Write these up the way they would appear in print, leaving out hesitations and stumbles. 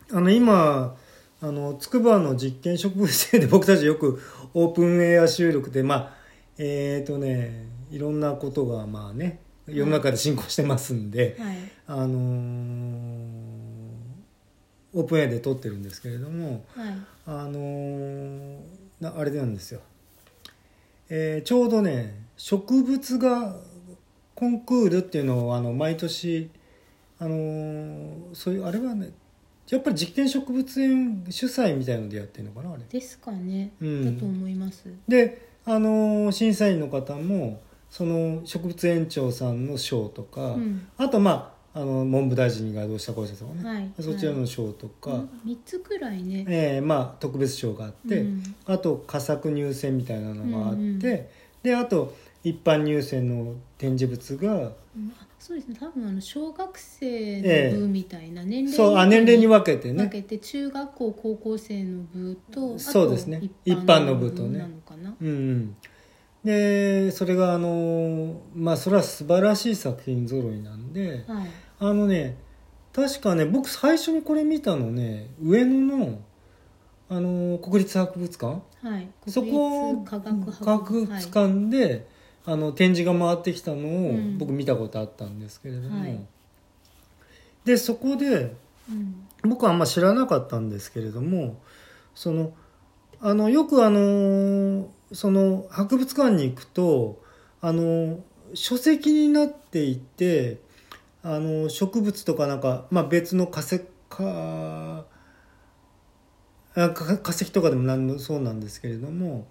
今筑波の実験植物園で僕たちよくオープンエア収録でいろんなことがまあね世の中で進行してますんで、 はい、 オープンエアで撮ってるんですけれども、 はい、 あれなんですよ、ちょうどね植物画コンクールっていうのを毎年そういうあれはねやっぱり実験植物園主催みたいのでやってるのかなあれですかね、だと思います。 で審査員の方もその植物園長さんの賞とか、あと文部大臣がどうしたこうしたとかね、 はい、 そちらの賞とか、 3つくらいね、 特別賞があって、あと佳作入選みたいなのがあって、であと一般入選の展示物が、 そうですね、多分小学生の部みたいな年齢に分けてね分けて中学校高校生の部とそうですね一般の部とねなのかな、 でそれがそれは素晴らしい作品揃いなんで、確かね僕最初にこれ見たのね上野の国立博物館、そこ科学博物館で、展示が回ってきたのを僕見たことあったんですけれども、でそこで、僕はあんま知らなかったんですけれどもよくその博物館に行くと書籍になっていて植物とか別の化石とかでもそうなんですけれども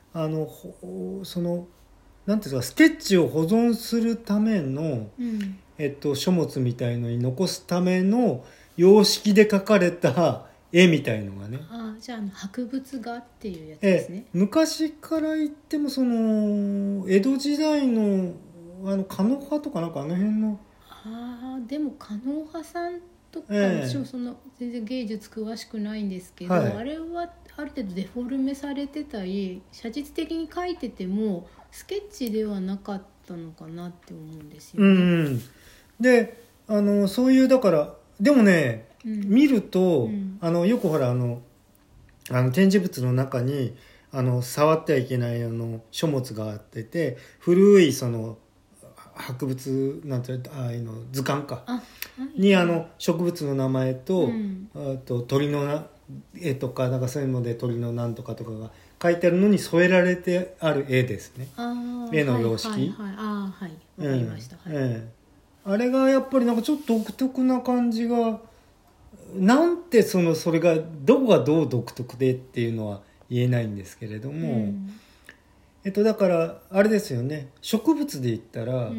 なんていうかスケッチを保存するための、書物みたいのに残すための様式で描かれた絵みたいのがね、 じゃあ博物画っていうやつですね。 昔から言っても江戸時代の狩野派とかなんかあの辺のでも狩野派さんとか、私も全然芸術詳しくないんですけど、あれはある程度デフォルメされてたり写実的に描いててもスケッチではなかったのかなって思うんですよね。 でそういうだからでもね、見ると、よくほら展示物の中に触ってはいけない書物があってて古い博物なんての図鑑かに植物の名前と、鳥の絵とかなんかそういうので鳥のなんとかとかが書いてあるのに添えられてある絵ですね。絵の様式。 わかりました。 あれがやっぱりなんかちょっと独特な感じがなんてそれがどこがどう独特でっていうのは言えないんですけれども、だからあれですよね植物で言ったら、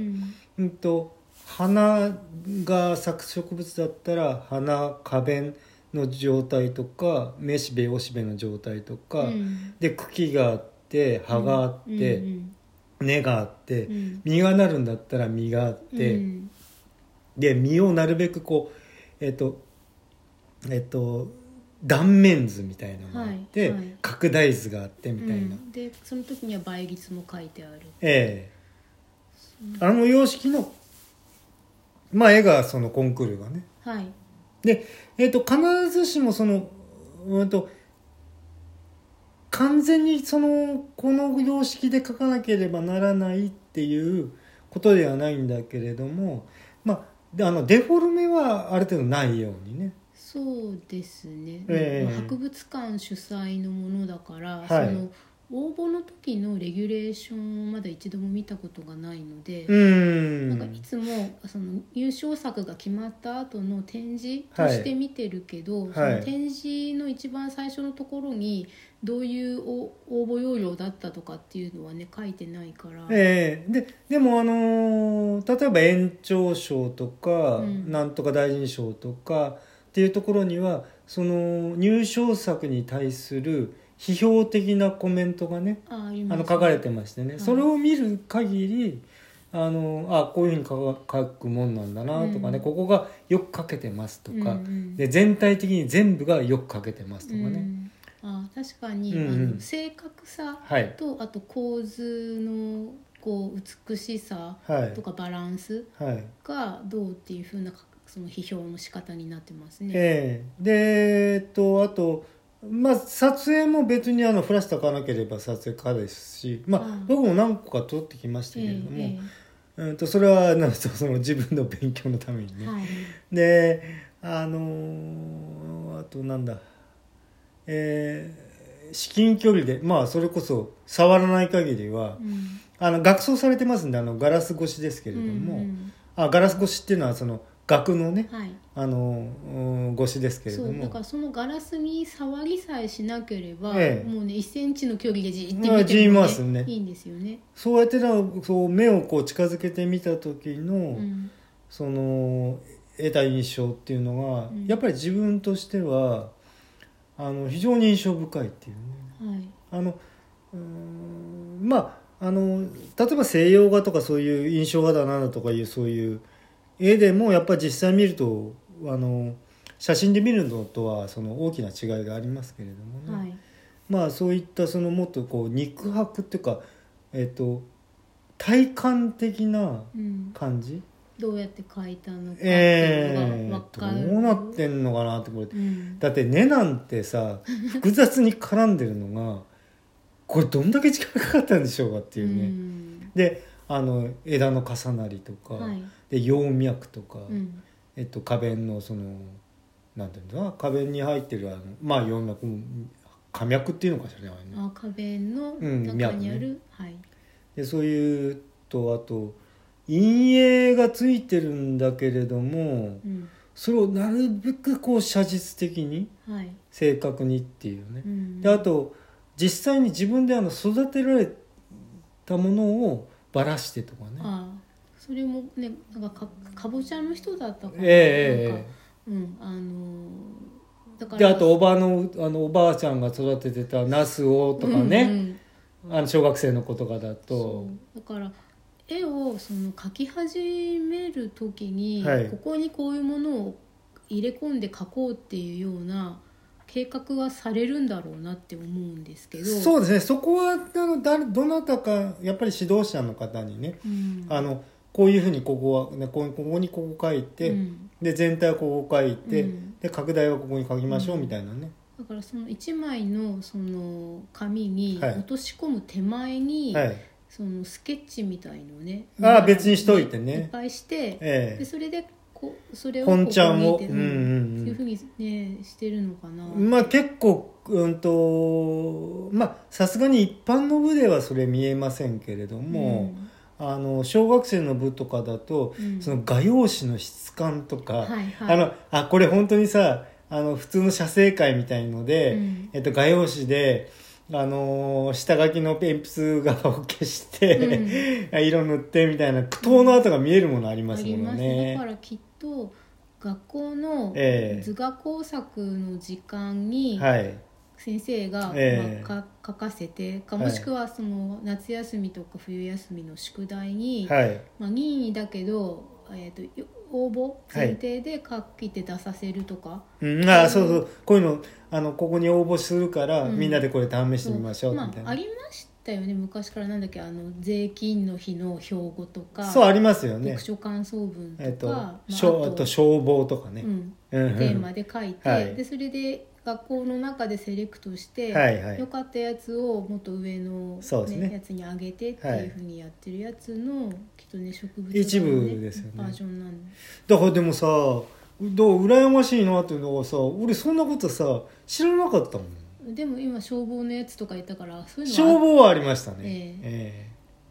花が咲く植物だったら花花弁の状態とか雌しべ雄しべの状態とか、で茎があって葉があって、根があって、実がなるんだったら実があって、で実をなるべくこう断面図みたいなのがあって、拡大図があってみたいな、 でその時には倍率も書いてある、 様式の絵がそのコンクールがね、で、必ずしも完全にこの様式で書かなければならないっていうことではないんだけれども、デフォルメはある程度ないようにね。 そうですね、博物館主催のものだから、応募の時のレギュレーションをまだ一度も見たことがないので、なんかいつも優勝作が決まった後の展示として見てるけど、その展示の一番最初のところにどういう応募要領だったとかっていうのはね書いてないから、 でも例えば園長賞とか、なんとか大臣賞とかっていうところにはその入賞作に対する批評的なコメントがね書かれてましてね、それを見る限りこういうふうに書くもんなんだなとかね、ここがよく書けてますとか、で全体的に全部がよく書けてますとかね、 確かに、正確さと、あと構図のこう美しさとかバランスがどうっていう風なその批評の仕方になってますね。 であと撮影も別にフラッシュたかなければ撮影家ですし、僕も何個か撮ってきましたけれども、それはその自分の勉強のためにね、であとなんだ、至近距離でそれこそ触らない限りは、額装されてますんでガラス越しですけれども、ガラス越しっていうのはその額のね、越しですけれども、 そうだからそのガラスに触りさえしなければ、もうね1センチの距離でじーって見ても、ね、いいんですよね。 そうやってそう目をこう近づけてみた時の、その得た印象っていうのが、やっぱり自分としては非常に印象深いっていうね、例えば西洋画とかそういう印象画だなんだとかいうそういう絵でもやっぱり実際見ると写真で見るのとはその大きな違いがありますけれどもね、そういったそのもっとこう肉薄っていうか、体感的な感じ、 どうやって描いたのかっていうのが分かる、 どうなってんのかなってこれ、だって根なんてさ複雑に絡んでるのがこれどんだけ時間かかったんでしょうかっていうね、で枝の重なりとか、で葉脈とか、花弁のそのなんていうんだろう、花弁に入ってる葉脈、花脈っていうのかしらね、 花弁の中にある、 でそういうと、あと陰影がついてるんだけれども、それをなるべくこう写実的に、正確にっていうね、であと実際に自分で育てられたものをばらしてとかね、 それもね、なんかかぼちゃの人だったから、 だからであとおばあちゃんが育ててたナスをとかね、小学生の子とかだと、 だから絵をその描き始める時に、ここにこういうものを入れ込んで描こうっていうような計画はされるんだろうなって思うんですけど、 そうですね、そこはどなたかやっぱり指導者の方にね、こういうふうにここは、ね、ここにここ書いて、で全体はここ書いて、で拡大はここに書きましょうみたいなね、 だからその1枚のその紙に落とし込む手前に、そのスケッチみたいのをね、 別にしといてね、 いっぱいして、でそれでそれを本ちゃんをそういうふうにねしてるのかな。 結構さすがに一般の部ではそれ見えませんけれども、小学生の部とかだと、その画用紙の質感とか、これ本当にさ普通の写生会みたいので、画用紙で下書きの鉛筆画を消して、色塗ってみたいな苦闘の跡が見えるものありますもんね。 だからきっと学校の図画工作の時間に先生が書かせてか、もしくはその夏休みとか冬休みの宿題に、任意だけど、応募前提で書いて出させるとか、 そうこういうのここに応募するから、みんなでこれ試してみましょうみたいな、 ありましたよね昔から。なんだっけ、税金の日の標語とか、 そうありますよね、 読書感想文とか、 あと消防とかね、 テーマで書いて、でそれで学校の中でセレクトして、良かったやつをもっと上の、やつに上げてっていうふうにやってるやつの、きっとね植物の、 一部ですよね、 バージョンなんで。 だからでもさ羨ましいなっていうのはさ、俺そんなことさ知らなかったもん。 でも今消防のやつとか言ったから、そういうの消防はありましたね。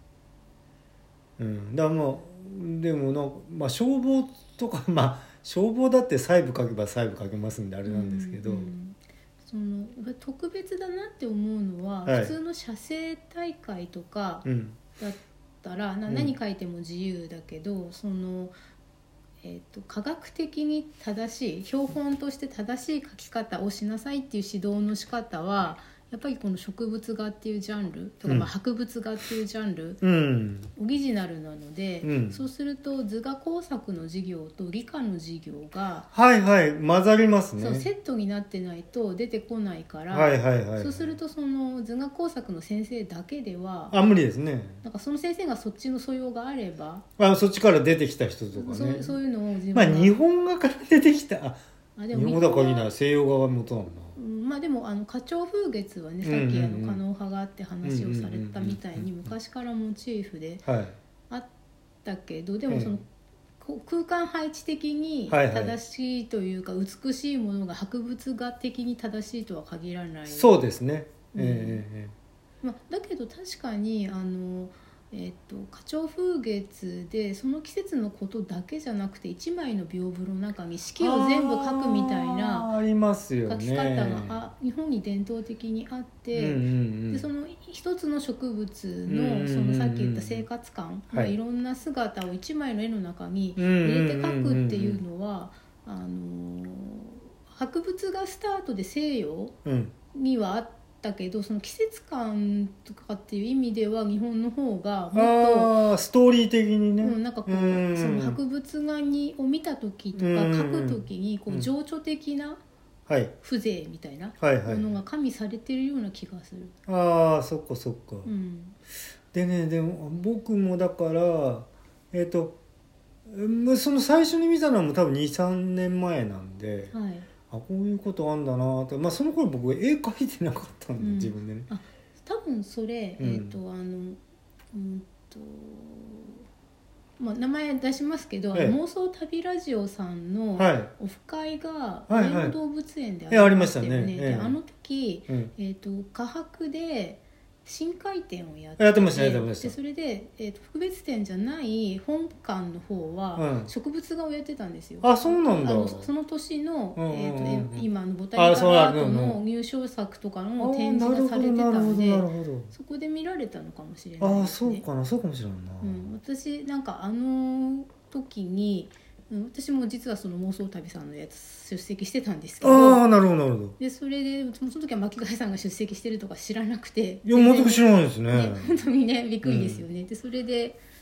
だからでも消防とか消防だって細部書けば細部書けますんであれなんですけど、 その特別だなって思うのは、普通の写生大会とかだったら、何書いても自由だけど、その科学的に正しい標本として正しい書き方をしなさいっていう指導の仕方はやっぱりこの植物画っていうジャンルとか、博物画っていうジャンル、オリジナルなので、そうすると図画工作の授業と理科の授業が混ざりますね。 そうセットになってないと出てこないから、そうするとその図画工作の先生だけでは無理ですね。 なんかその先生がそっちの素養があれば、 そっちから出てきた人とかね、 そういうのを自分が日本画から出てきた日本語だからいいな、西洋画は元なんだ。 でも花鳥風月はね、さっき狩野派があって話をされたみたいに昔からモチーフであったけど、でもその空間配置的に正しいというか、美しいものが博物画的に正しいとは限らない。 そうですね、 だけど確かに花鳥風月でその季節のことだけじゃなくて一枚の屏風の中に四季を全部描くみたいな描き方が日本に伝統的にあって、でその一つの植物のそのさっき言った生活感、いろんな姿を一枚の絵の中に入れて描くっていうのは博物画スタートで西洋にはあってだけど、その季節感とかっていう意味では日本の方がもっとストーリー的にね、 なんかこうその博物画を見た時とか描く時にこう情緒的な風情みたいなものが加味されてるような気がする。 そっかそっか、でね、でも僕もだからその最初に見たのはもう多分 2,3 年前なんで、こういうことあんだなって、その頃僕絵描いてなかったんで、自分でね。 多分それ、名前出しますけど、妄想旅ラジオさんのオフ会が上野動物園でありましたよね。であの時、科博で新開展をやってました。でそれで、特別展じゃない本館の方は植物画をやってたんですよ。 そうなんだ。 その年の、今のボタニカルアートの入賞作とかの展示がされてたんで、そこで見られたのかもしれないですね。 そうかもしれないな。 私なんか時に私も実はその妄想旅さんのやつ出席してたんですけど、 なるほどなるほど。 でそれでその時は巻貝さんが出席してるとか知らなくて、 いや全く知らないですね。 本当にねびっくりですよね。でそれ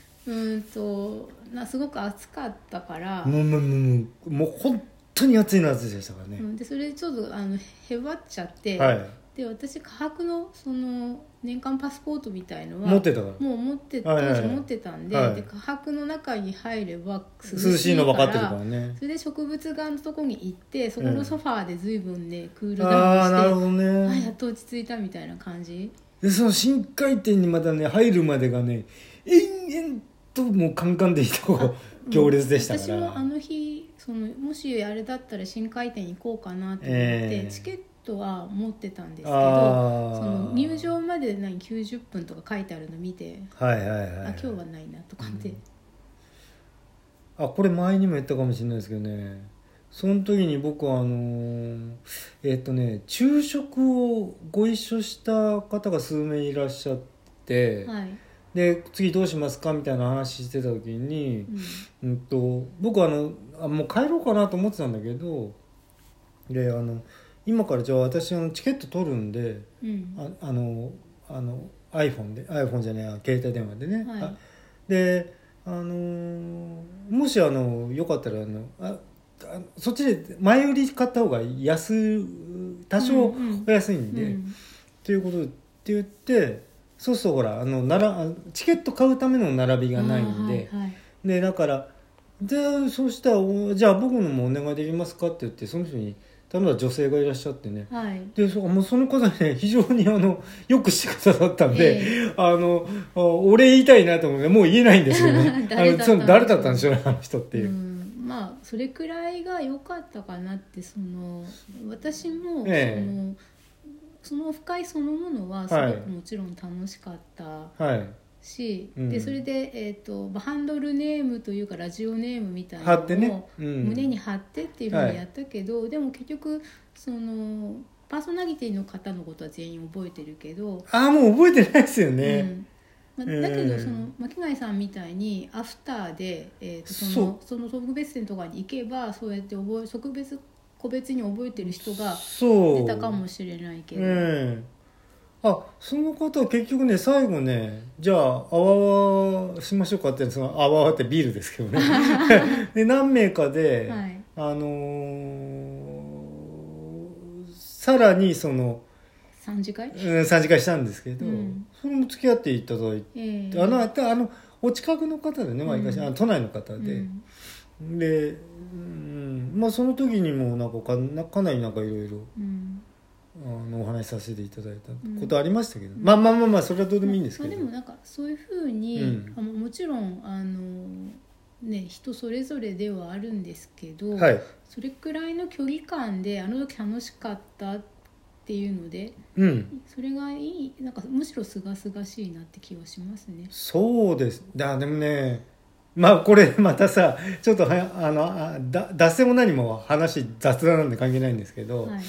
ですごく暑かったからもう本当に暑い夏でしたからね。 でそれでちょっとへばっちゃって、で私科博のその年間パスポートみたいのは持ってたからもう当時持ってたんで、で科博の中に入れば涼しいの分かってるからね。 それで植物画のとこに行ってそこのソファーで随分ねクールダウンして、 なるほどね、 やっと落ち着いたみたいな感じで、その新開店にまたね入るまでがね延々ともうカンカンでいた行列でしたから、 私もあの日もしあれだったら新開店行こうかなと思って、チケットは持ってたんですけど、その入場まで90分とか書いてあるの見て、今日はないなとかって、 これ前にも言ったかもしれないですけどね、その時に僕は昼食をご一緒した方が数名いらっしゃって、で次どうしますかみたいな話してた時に、僕はもう帰ろうかなと思ってたんだけど、で今からじゃあ私チケット取るんで、iPhone じゃない携帯電話でね、でもしよかったらそっちで前売り買った方が多少お安いんで、ということって言って、そうするとほらチケット買うための並びがないんで、でだからそうしたらじゃあ僕のもお願いできますかって言って、その人に頼んだ女性がいらっしゃってね、でもうその方ね非常によくしてくださったんで、お礼言いたいなと思ってもう言えないんですよね誰だったんでしょうね、あの人っていう。 それくらいが良かったかなって、私も、そのオフ会そのものはすごくもちろん楽しかったし、でそれで、ハンドルネームというかラジオネームみたいなのを胸に貼ってっていうのをやったけど、でも結局パーソナリティの方のことは全員覚えてるけど、 もう覚えてないですよね、 だけど巻貝さんみたいにアフターで、その特別展とかに行けばそうやって個別に覚えてる人が出たかもしれないけど、 その方は結局ね最後ねじゃああわわしましょうかってそのあわわってビールですけどねで何名かで、はい、さらにその 3次会 3次会したんですけど、それも付き合っていただいて、お近くの方でね毎回、都内の方で、で、その時にもなんかかなりなんかいろいろお話しさせていただいたことありましたけど、まあそれはどうでもいいんですけど、 でもなんかそういうふうに、もちろん人それぞれではあるんですけど、はい、それくらいの距離感であの時楽しかったっていうので、それがいいなんかむしろすがすがしいなって気はしますね。 そうです。でもねこれまたさちょっと脱線も何も話雑談なんで関係ないんですけど、はい、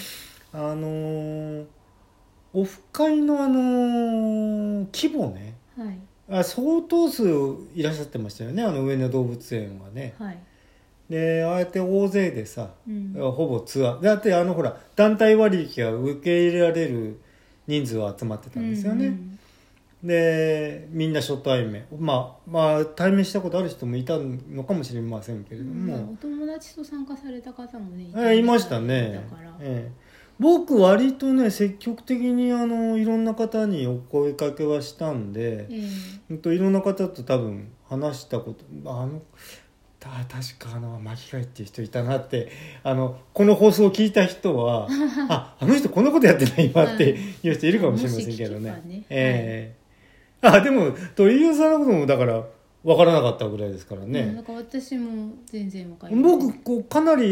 オフ会の規模ね、はい、相当数いらっしゃってましたよね上野動物園はね、はい、でああやって大勢でさ、ほぼツアーだってほら団体割引が受け入れられる人数は集まってたんですよね、でみんな初対面対面したことある人もいたのかもしれませんけれども、 お友達と参加された方もねいましたね。だから、僕割とね積極的にいろんな方にお声かけはしたんで、いろんな方と多分話したこと確か巻き貝っていう人いたなってこの放送を聞いた人はあの人こんなことやってない今っていう人いるかもしれませんけどね。でも鳥居さんのこともだから分からなかったぐらいですからね。 なんか私も全然分かりません。 僕かなり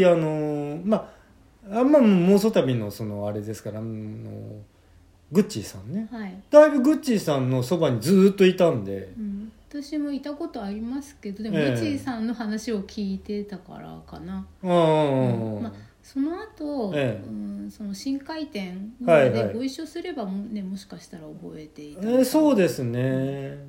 妄想旅のあれですからグッチーさんね、はい、だいぶグッチーさんのそばにずっといたんで、 私もいたことありますけどでもグッチーさんの話を聞いてたからかな。その後、その新開店でご一緒すればもしかしたら覚えていた、 そうですね。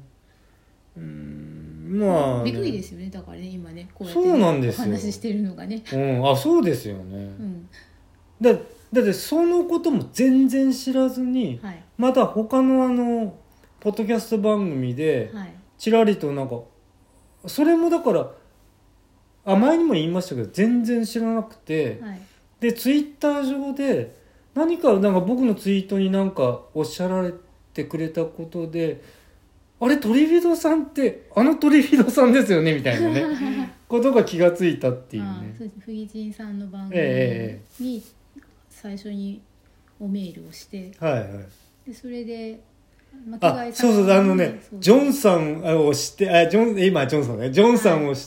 びっくりですよね。だからね今ねこうやってお話ししてるのがね、 そうですよね、だってそのことも全然知らずに、また他のポッドキャスト番組でちらりとなんかそれもだから前にも言いましたけど全然知らなくて、でツイッター上でなんか僕のツイートになんかおっしゃられてくれたことであれトリフィドさんってトリフィドさんですよねみたいなねことが気がついたっていうね。 そうです。フギジンさんの番組に最初におメールをして、でそれでそうジョンさんをして今ジョンさんねジョンさんをして、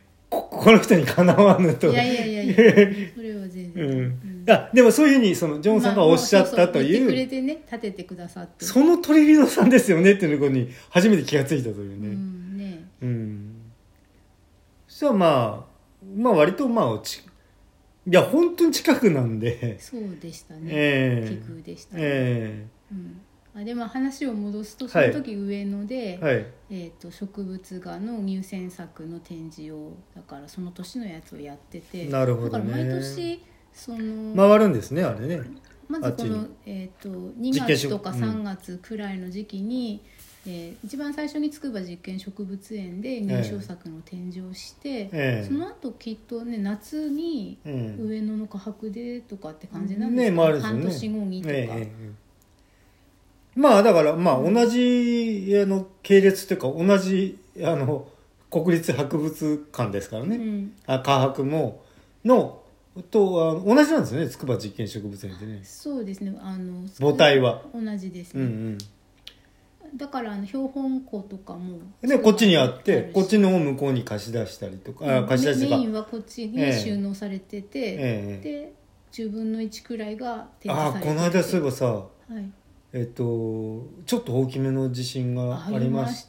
この人にかなわぬと。いやそれは全然、 でもそういうふうにジョンさんがおっしゃったという、 言ってくれてね立ててくださって、 そのトリフィドさんですよねっていうことに初めて気がついたというね。そしたら割といや本当に近くなんで。 そうでしたね。奇遇でしたね。でも話を戻すとその時上野で、植物画の入選作の展示をだからその年のやつをやってて、 なるほど、ね、 だから毎年回るんですねあれね。 まずこの、2月とか3月くらいの時期に、一番最初に筑波実験植物園で入賞作の展示をして、その後きっとね夏に上野の花博でとかって感じなんですか、半年後にとか。 だから同じ系列というか同じ国立博物館ですからね、花博もと同じなんですよね筑波実験植物園ってね。 そうですね母体は同じですね、だから標本庫とかもこっちにあってこっちの向こうに貸し出したりとか、 貸し出しとかメインはこっちに収納されてて、で10分の1くらいが展示されてて、 この間そういえばさ、ちょっと大きめの地震がありまして、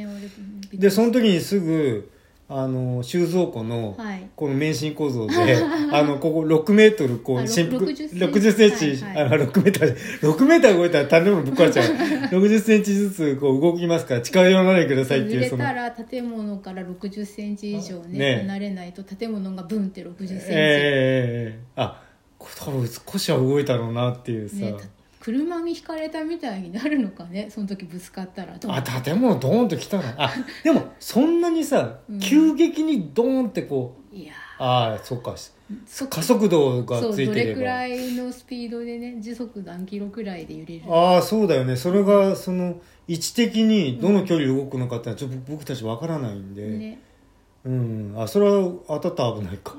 でその時にすぐ収蔵庫のこの免震構造で、ここ6メートル振幅60センチ、6メーター動いたら建物ぶっ壊れちゃう60センチずつ動きますから近寄らないでくださいっていう。 揺れたら建物から60センチ以上離れないと建物がブンって60センチ、 多分少しは動いたろうなっていうさ、 車にひかれたみたいになるのかね、その時ぶつかったら。 建物ドーンと来たらでもそんなにさ、急激にドーンってこう、いやそうか、加速度がついてれば、 どれくらいのスピードでね、時速何キロくらいで揺れる。 そうだよね。それがその位置的にどの距離動くのかってのはちょっと僕たち分からないんで、ね、それは当たったら危ないか。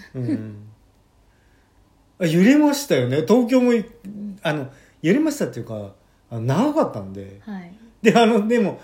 揺れましたよね。東京も揺れましたっていうか長かったんで、はい、ででも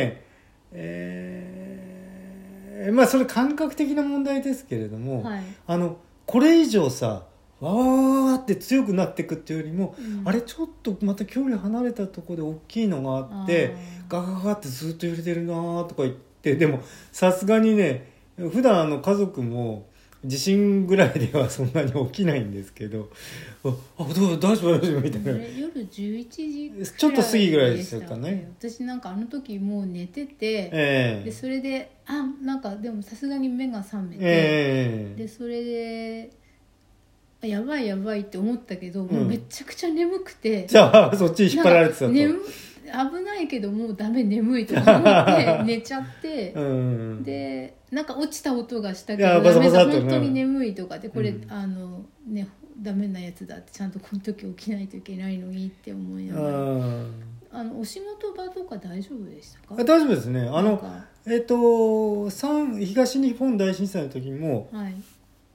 それ感覚的な問題ですけれども、はい、これ以上さわーって強くなっていくっていうよりも、あれちょっとまた距離離れたところで大きいのがあってガガガってずっと揺れてるなとか言って、でもさすがにね、普段家族も地震ぐらいではそんなに起きないんですけど、大丈夫みたいな、 夜11時ちょっと過ぎぐらいでしたかね。 私なんか時もう寝てて、でそれでなんかでもさすがに目が覚めて、でそれでやばいって思ったけど、もうめちゃくちゃ眠くて、 じゃあそっち引っ張られてたと、 危ないけどもうダメ、眠いとか思って寝ちゃって、でなんか落ちた音がしたけどダメだ、本当に眠いとかで、これ、ダメなやつだって、ちゃんとこの時起きないといけないのにって思いながら、お仕事場とか大丈夫でしたか？ 大丈夫ですね。東日本大震災の時も、はい、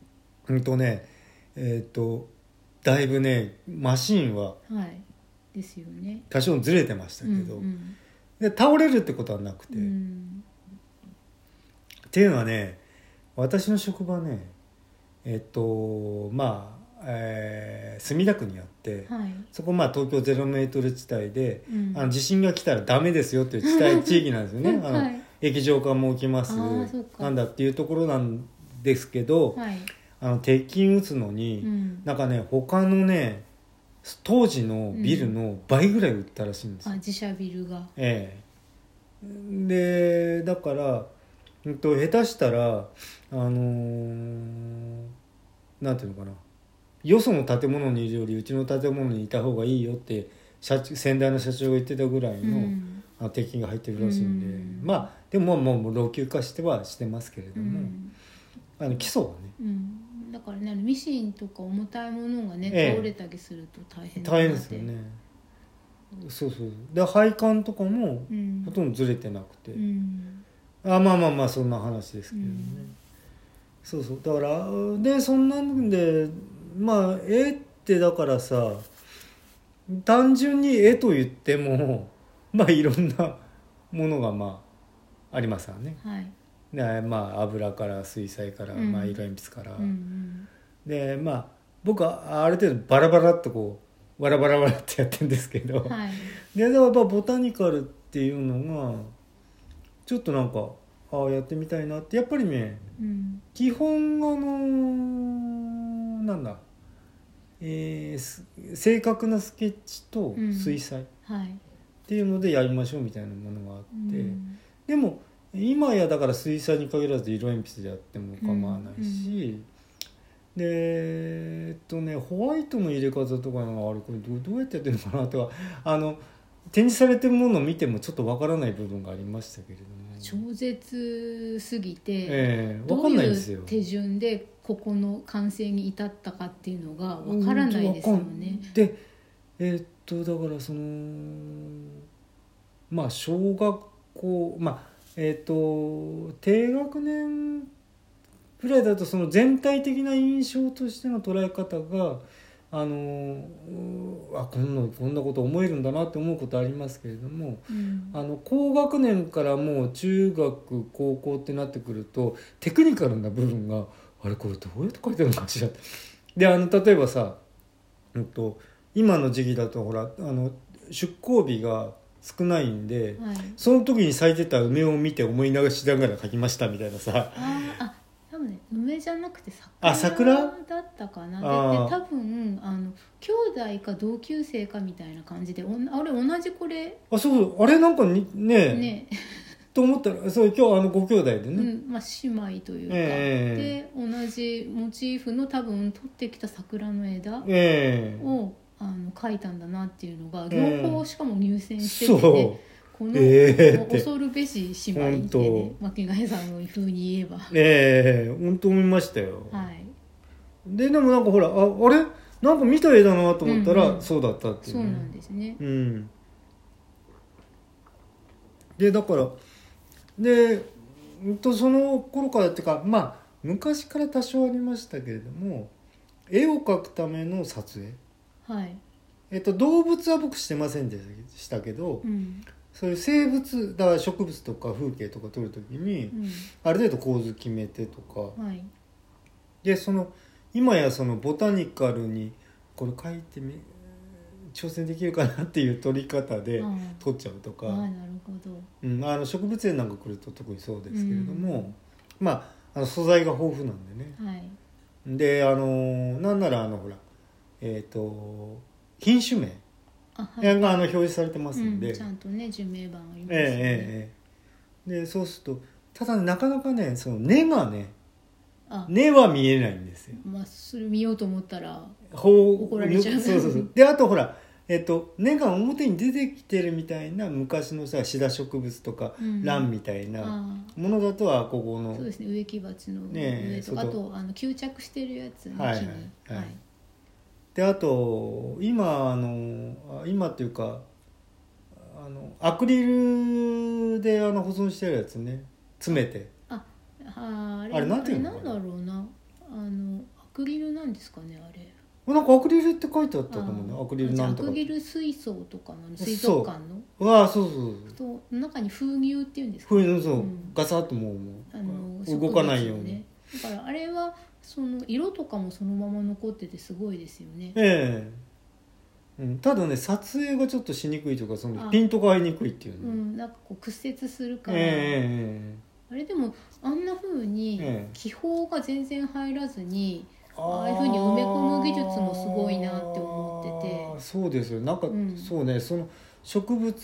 だいぶねマシーンは、はいですよね、多少ずれてましたけど、で倒れるってことはなくて、っていうのはね、私の職場ね墨田区にあって、はい、そこ東京0メートル地帯で、地震が来たらダメですよっていう地域なんですよね。はい、液状化も起きますなんだっていうところなんですけど、はい、鉄筋打つのに、なんかね他のね当時のビルの倍ぐらい売ったらしいんですよ、 自社ビルが。 でだから下手したらなんていうのかな、よその建物にいるよりうちの建物にいた方がいいよって先代の社長が言ってたぐらいの、鉄筋が入ってるらしいんで、でももう老朽化してますけれども、基礎はね、 だからね、ミシンとか重たいものがね、倒れたりすると大変だなって。大変ですよね。そうで配管とかもほとんどずれてなくて、そんな話ですけどね、そうだからでそんなんで絵ってだからさ、単純に絵と言ってもいろんなものがありますよね。はい、で油から水彩から、色鉛筆から、で僕はある程度バラバラっとこうバラバラってやってるんですけど、はい、でやっぱボタニカルっていうのがちょっとなんかやってみたいなって、やっぱりね、基本なんだ、正確なスケッチと水彩っていうのでやりましょうみたいなものがあって、でも今やだから水彩に限らず色鉛筆でやっても構わないし、でホワイトの入れ方とかのこれどうやってやってるのかなとか展示されてるものを見てもちょっとわからない部分がありましたけれども、 超絶すぎて、どういう手順でここの完成に至ったかっていうのがわからないですよね。 でだからその小学校低学年ぐらいだとその全体的な印象としての捉え方がこんなこと思えるんだなって思うことありますけれども、高学年からもう中学高校ってなってくるとテクニカルな部分がこれどうやって書いてるのかしらって。で例えばさ、今の時期だとほら出港日が少ないんで、はい、その時に咲いてた梅を見て思い流しながら描きましたみたいなさ。 多分ね、梅じゃなくて桜だったかな。で多分兄弟か同級生かみたいな感じであれ同じこれそうあれなんかねと思ったら、そう今日ご兄弟でね、 姉妹というか、で同じモチーフの多分取ってきた桜の枝を書いたんだなっていうのが両方しかも入選しててね、この、恐るべし姉妹ってね、巻貝さんの風に言えば本当思いましたよ。 はい、 でもなんかほらあれなんか見た絵だなと思ったら、そうだったっていう、ね、 そうなんですね。 でだからでその頃からっていうか昔から多少ありましたけれども、絵を描くための撮影、 はい、 動物は僕してませんでしたけど、そういう生物だから植物とか風景とか撮るときに、ある程度構図決めてとか、で今やそのボタニカルにこれ描いて挑戦できるかなっていう撮り方で撮っちゃうとか、 なるほど、植物園なんか来ると特にそうですけれども、素材が豊富なんでね、でなんならほら品種名が表示されてますんで、 ちゃんとね寿命版ありますね。 でそうするとただなかなかねその根がね根は見えないんですよ。 それ見ようと思ったら怒られちゃう。 そうであとほら根が表に出てきてるみたいな昔のさシダ植物とか、蘭みたいなものだとはここのそうですね、植木鉢の上と、あと吸着してるやつね、木に。 であと今っていうかアクリルで保存してるやつね、詰めてあれなんていうのかな、あれなんだろうな、アクリルなんですかね、あれなんかアクリルって書いてあったと思うね。アクリルなんとかアクリル水槽とかの水族館のそう中に封入っていうんですか、 ガサッともう動かないように、 だからあれはその色とかもそのまま残っててすごいですよね。 ただね撮影がちょっとしにくいとかピントが合いにくいっていうね、なんかこう屈折するから、あれでもあんな風に気泡が全然入らずに、ああいう風に埋め込む技術もすごいなって思ってて。 そうですよ、なんか、そうね、その植物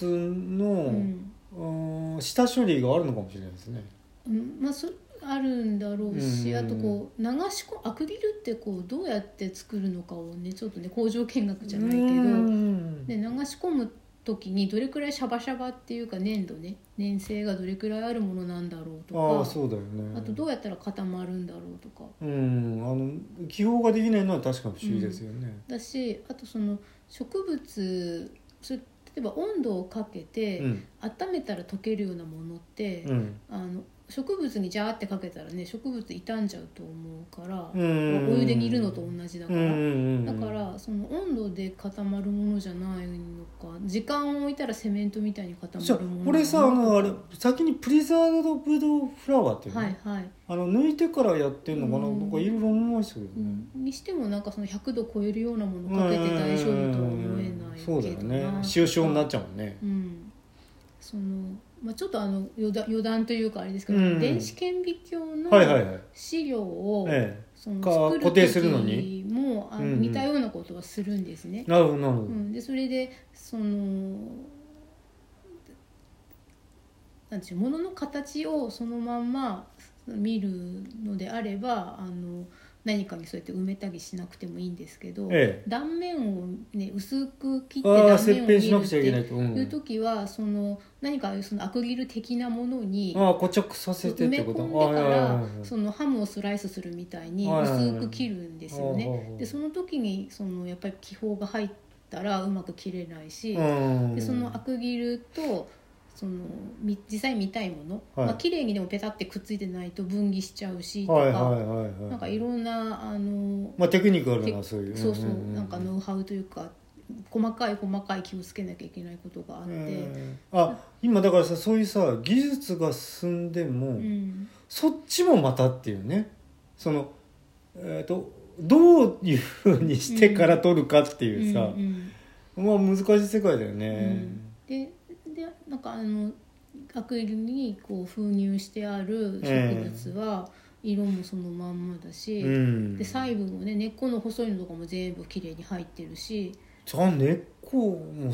の、下処理があるのかもしれないですね。 あるんだろうし、あとこうアクリルってこうどうやって作るのかをね、ちょっとね工場見学じゃないけど、で流し込む時にどれくらいシャバシャバっていうか粘性がどれくらいあるものなんだろうとか、 そうだよね、 あとどうやったら固まるんだろうとか、 気泡ができないのは確かに不思議ですよね。 だし、あとその植物例えば温度をかけて、温めたら溶けるようなものって、植物にジャーってかけたらね、植物傷んじゃうと思うから、お湯で煮るのと同じだから、だからその温度で固まるものじゃないのか、時間を置いたらセメントみたいに固まるもの。 これさあれ先にプリザードブドウフラワーっていうの、抜いてからやってんのかな、とかいろいろ思いましたけどね。にしてもなんかその100度超えるようなものかけて大丈夫とは思えないけどな。 そうだよね、塩症になっちゃうもんね。 ちょっと余談というかあれですけど、電子顕微鏡の資料を作る時も似たようなことはするんですね。 なるほどなるほど。 でそれでなんていう物の形をそのまんま見るのであれば何かにそうやって埋めたりしなくてもいいんですけど、断面を、ね、薄く切って断面を見るっていう時は何かそのアクリル的なものに固着させてってこと、 埋め込んでからそのハムをスライスするみたいに薄く切るんですよね。でその時にやっぱり気泡が入ったらうまく切れないし、でそのアクリルと実際見たいもの、綺麗にでもペタってくっついてないと分離しちゃうしとか、なんかいろんなテクニックあるな、そういう、 なんかノウハウというか細かい気をつけなきゃいけないことがあって、 今だからさ、そういうさ技術が進んでも、そっちもまたっていうね、どういうふうにしてから撮るかっていうさ、難しい世界だよね。 でなんかアクリルにこう封入してある植物は色もそのまんまだし、で細部もね、根っこの細いのとかも全部きれいに入ってるし、 根っこも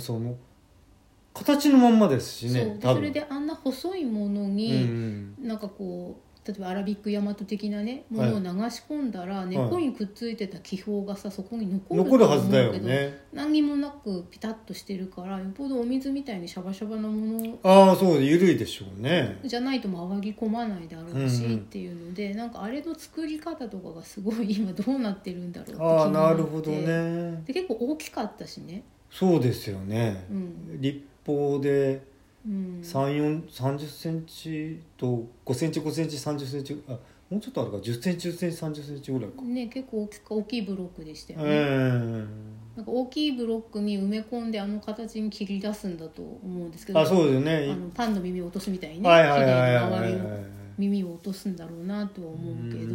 形のまんまですしね。 それであんな細いものに、なんかこう例えばアラビックヤマト的なねものを流し込んだら、根っこにくっついてた気泡がさそこに残るはずだよね。 何にもなくピタッとしてるからよっぽどお水みたいにシャバシャバなものああそう緩いでしょうねじゃないと回り込まないだろうし、っていうのでなんかあれの作り方とかがすごい今どうなってるんだろうって気になって。 ああなるほどね。 で結構大きかったしね。 そうですよね、立方で30センチと5センチ5センチ30センチもうちょっとあるか10センチ10センチ30センチぐらいかね結構大きいブロックでしたよね、なんか大きいブロックに埋め込んで形に切り出すんだと思うんですけどそうですよねパンの耳を落とすみたいにね綺麗に周りを耳を落とすんだろうなとは思うけど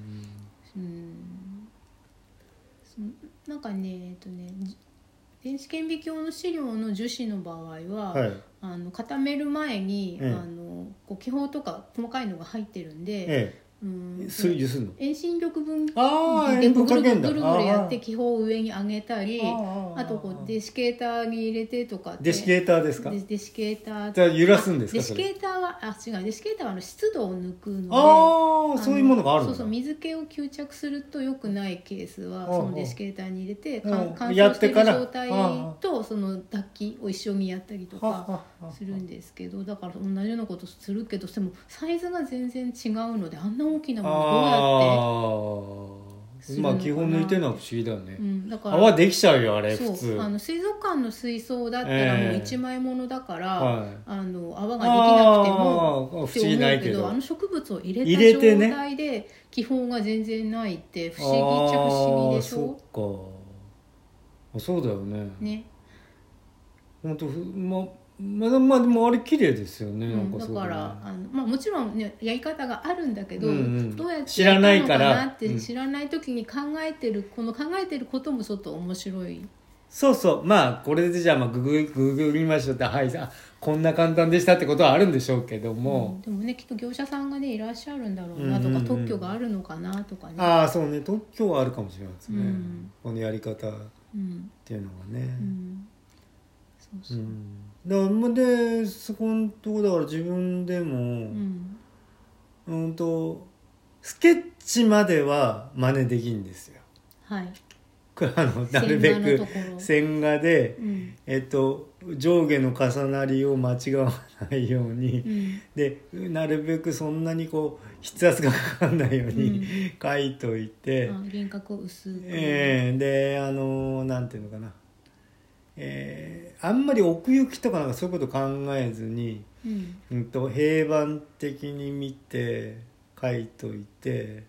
なんかね電子顕微鏡の資料の樹脂の場合は、固める前に、こう気泡とか細かいのが入ってるんで、遠心力分でぐるぐるやって気泡を上に上げたりあとこうデシケーターに入れてとかデシケーターですか？ デシケーターじゃあ揺らすんですか？ デシケーターは違うデシケーターは湿度を抜くのでそういうものがあるんだ。 そう水気を吸着すると良くないケースはそのデシケーターに入れて乾燥している状態とその脱気を一緒にやったりとかするんですけどだから同じようなことするけどでもサイズが全然違うのであんな大きなものどうやってまあ基本抜いてるのは不思議だよね、 だから泡できちゃうよあれ普通水族館の水槽だったらもう一枚ものだから、泡ができなくても不思議ないけど植物を入れた状態で気泡が全然ないって不思議っちゃ不思議でしょ。 そっかそうだよね本当まあでもあれ綺麗ですよね、なんかそうだからもちろんねやり方があるんだけど、どうやって知らないからやったのかなって知らない時に考えてることもちょっと面白い。 そうまあこれでじゃあググりましょうってこんな簡単でしたってことはあるんでしょうけども、 でもねきっと業者さんがねいらっしゃるんだろうなとか、特許があるのかなとかね。 そうね特許はあるかもしれないですね、このやり方っていうのがね。でそこのとこだから自分でもスケッチまでは真似できるんですよ。なるべく線画で、上下の重なりを間違わないように、でなるべくそんなにこう筆圧がかかんないように、書いといて輪郭を薄く、 でなんていうのかな、あんまり奥行きとかなんかそういうこと考えずに、平板的に見て書いといて、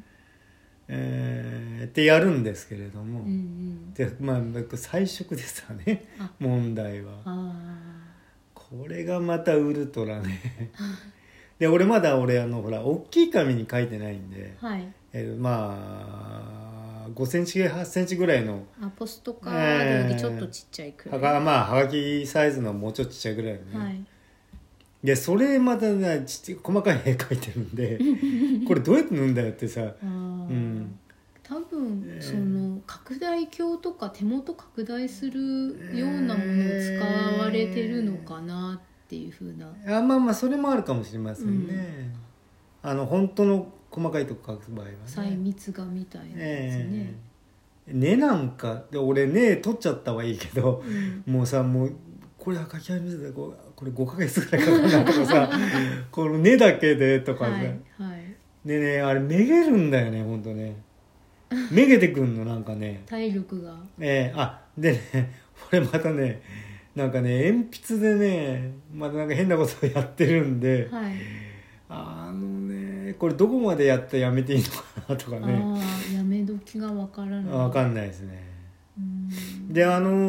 ってやるんですけれども、で彩色ですわね問題は。これがまたウルトラねで俺ほら大きい紙に書いてないんで、5センチ8センチぐらいのポストカードよりちょっとちっちゃいくらい、 はがきサイズのもうちょっとちっちゃいぐらいのね、でそれまたね細かい絵描いてるんでこれどうやって塗るんだよってさ、 多分その拡大鏡とか手元拡大するようなものを使われてるのかなっていうふうな、 それもあるかもしれませんね、本当の細かいとこ描く場合はね細密画みたいなやつね、 根なんかで俺根取っちゃったはいいけど、もうこれ書き始めてこれ5ヶ月ぐらいかかるなとかさこの根だけでとかさ、でねあれめげるんだよね本当ねめげてくんのなんかね体力がでね俺またねなんかね鉛筆でねまたなんか変なことをやってるんで、これどこまでやったらやめていいのかなとかねやめ時が分からない分かんないですね。で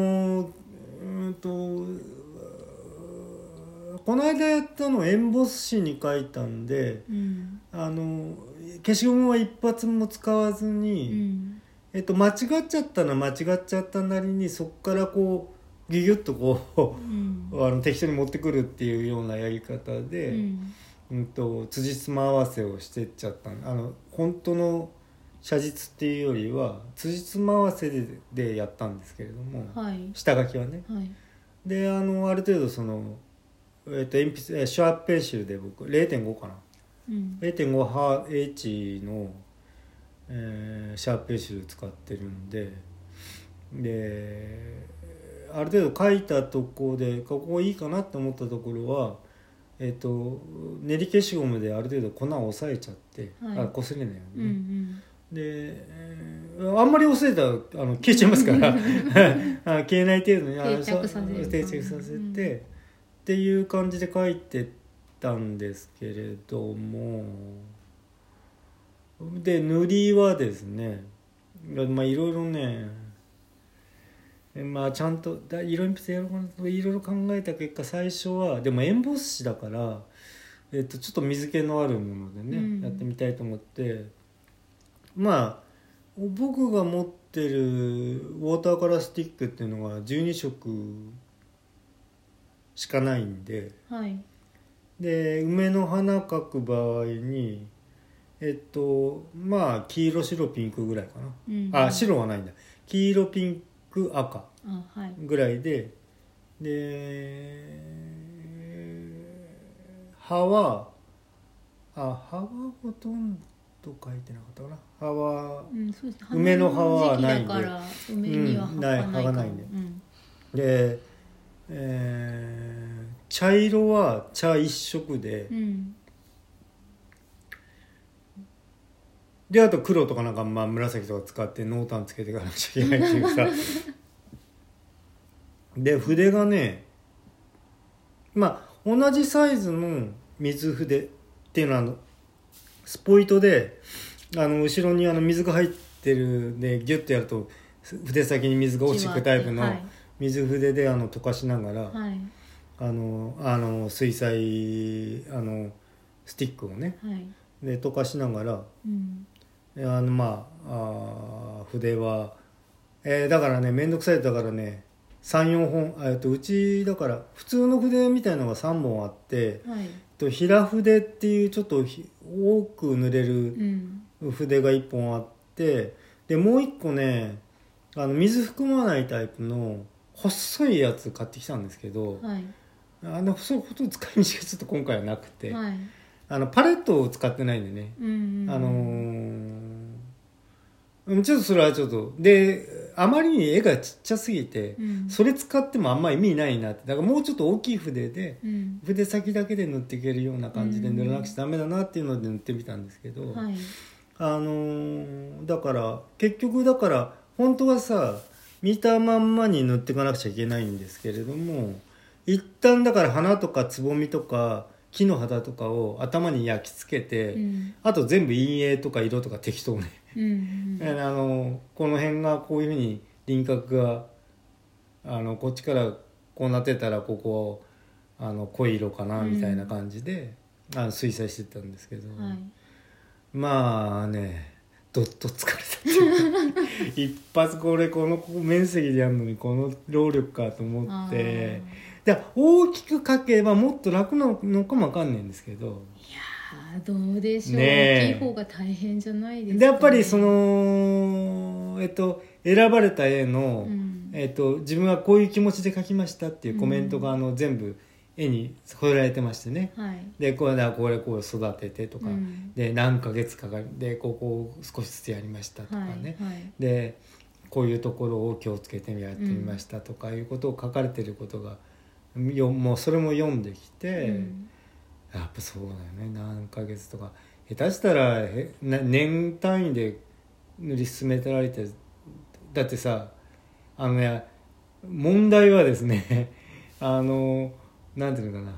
この間やったのエンボス紙に書いたんで、消しゴムは一発も使わずに、間違っちゃったのは間違っちゃったなりにそこからこうギュギュッとこう、適当に持ってくるっていうようなやり方で、辻褄合わせをしてっちゃった本当の写実っていうよりは辻褄合わせでやったんですけれども、下書きはね、である程度その鉛筆シャープペンシルで僕 0.5 かな 0.5H の、シャープペンシル使ってるんで、ある程度書いたとこでここいいかなって思ったところは、練り消しゴムである程度粉を抑えちゃって、こすれないようにね、で、あんまり押せたら消えちゃいますから消えない程度に定着させて、っていう感じで書いてたんですけれども、で塗りはですね、いろいろね、ちゃんと色鉛筆やろうかなといろいろ考えた結果、最初はでもエンボス紙だから、ちょっと水気のあるものでね、やってみたいと思って、僕が持ってるウォーターカラースティックっていうのが12色しかないんで、で梅の花描く場合に黄色白ピンクぐらいかな、白はないんだ、黄色ピンク赤ぐらいで、葉はほとんど描いてなかったかな。葉は、梅の葉はないんで、 梅には葉がないんで、茶色は茶一色で、であと黒とかなんか紫とか使って濃淡つけていかなくちゃいけないっていうさで筆がね、同じサイズの水筆っていうのはスポイトで後ろに水が入ってるでギュッとやると筆先に水が落ちてくタイプの水筆で溶かしながら、水彩スティックをね、で溶かしながら、筆は、だからねめんどくさいだからね3,4 本うちだから普通の筆みたいなのが3本あって、平筆っていうちょっと多く塗れる筆が1本あって、でもう1個ね水含まないタイプの細いやつ買ってきたんですけど、そうほとんど使い道がちょっと今回はなくて、パレットを使ってないんでね、ちょっとそれはちょっとであまりに絵がちっちゃすぎて、それ使ってもあんま意味ないなって、だからもうちょっと大きい筆で、筆先だけで塗っていけるような感じで塗らなくちゃダメだなっていうので塗ってみたんですけど、だから結局本当はさ見たまんまに塗っていかなくちゃいけないんですけれども、一旦だから花とかつぼみとか木の肌とかを頭に焼き付けて、あと全部陰影とか色とか適当ねこの辺がこういうふうに輪郭がこっちからこうなってたらここ濃い色かなみたいな感じで、水彩してたんですけど、どっと疲れたっていう一発この面積でやるのにこの労力かと思って、大きく描けばもっと楽なのかもわかんないんですけど、 いやどうでしょう、大きい方が大変じゃないですか、ね、 でやっぱりその選ばれた絵の、自分はこういう気持ちで描きましたっていうコメントが全部絵に添えられてましてね、でこれこう育ててとか、で何ヶ月かかでここを少しずつやりましたとかね、でこういうところを気をつけてやってみましたとかいうことを書かれてることがもうそれも読んできて、やっぱそうだよね、何ヶ月とか下手したら年単位で塗り進めてられて、だってさ問題はですねなんていうのかな、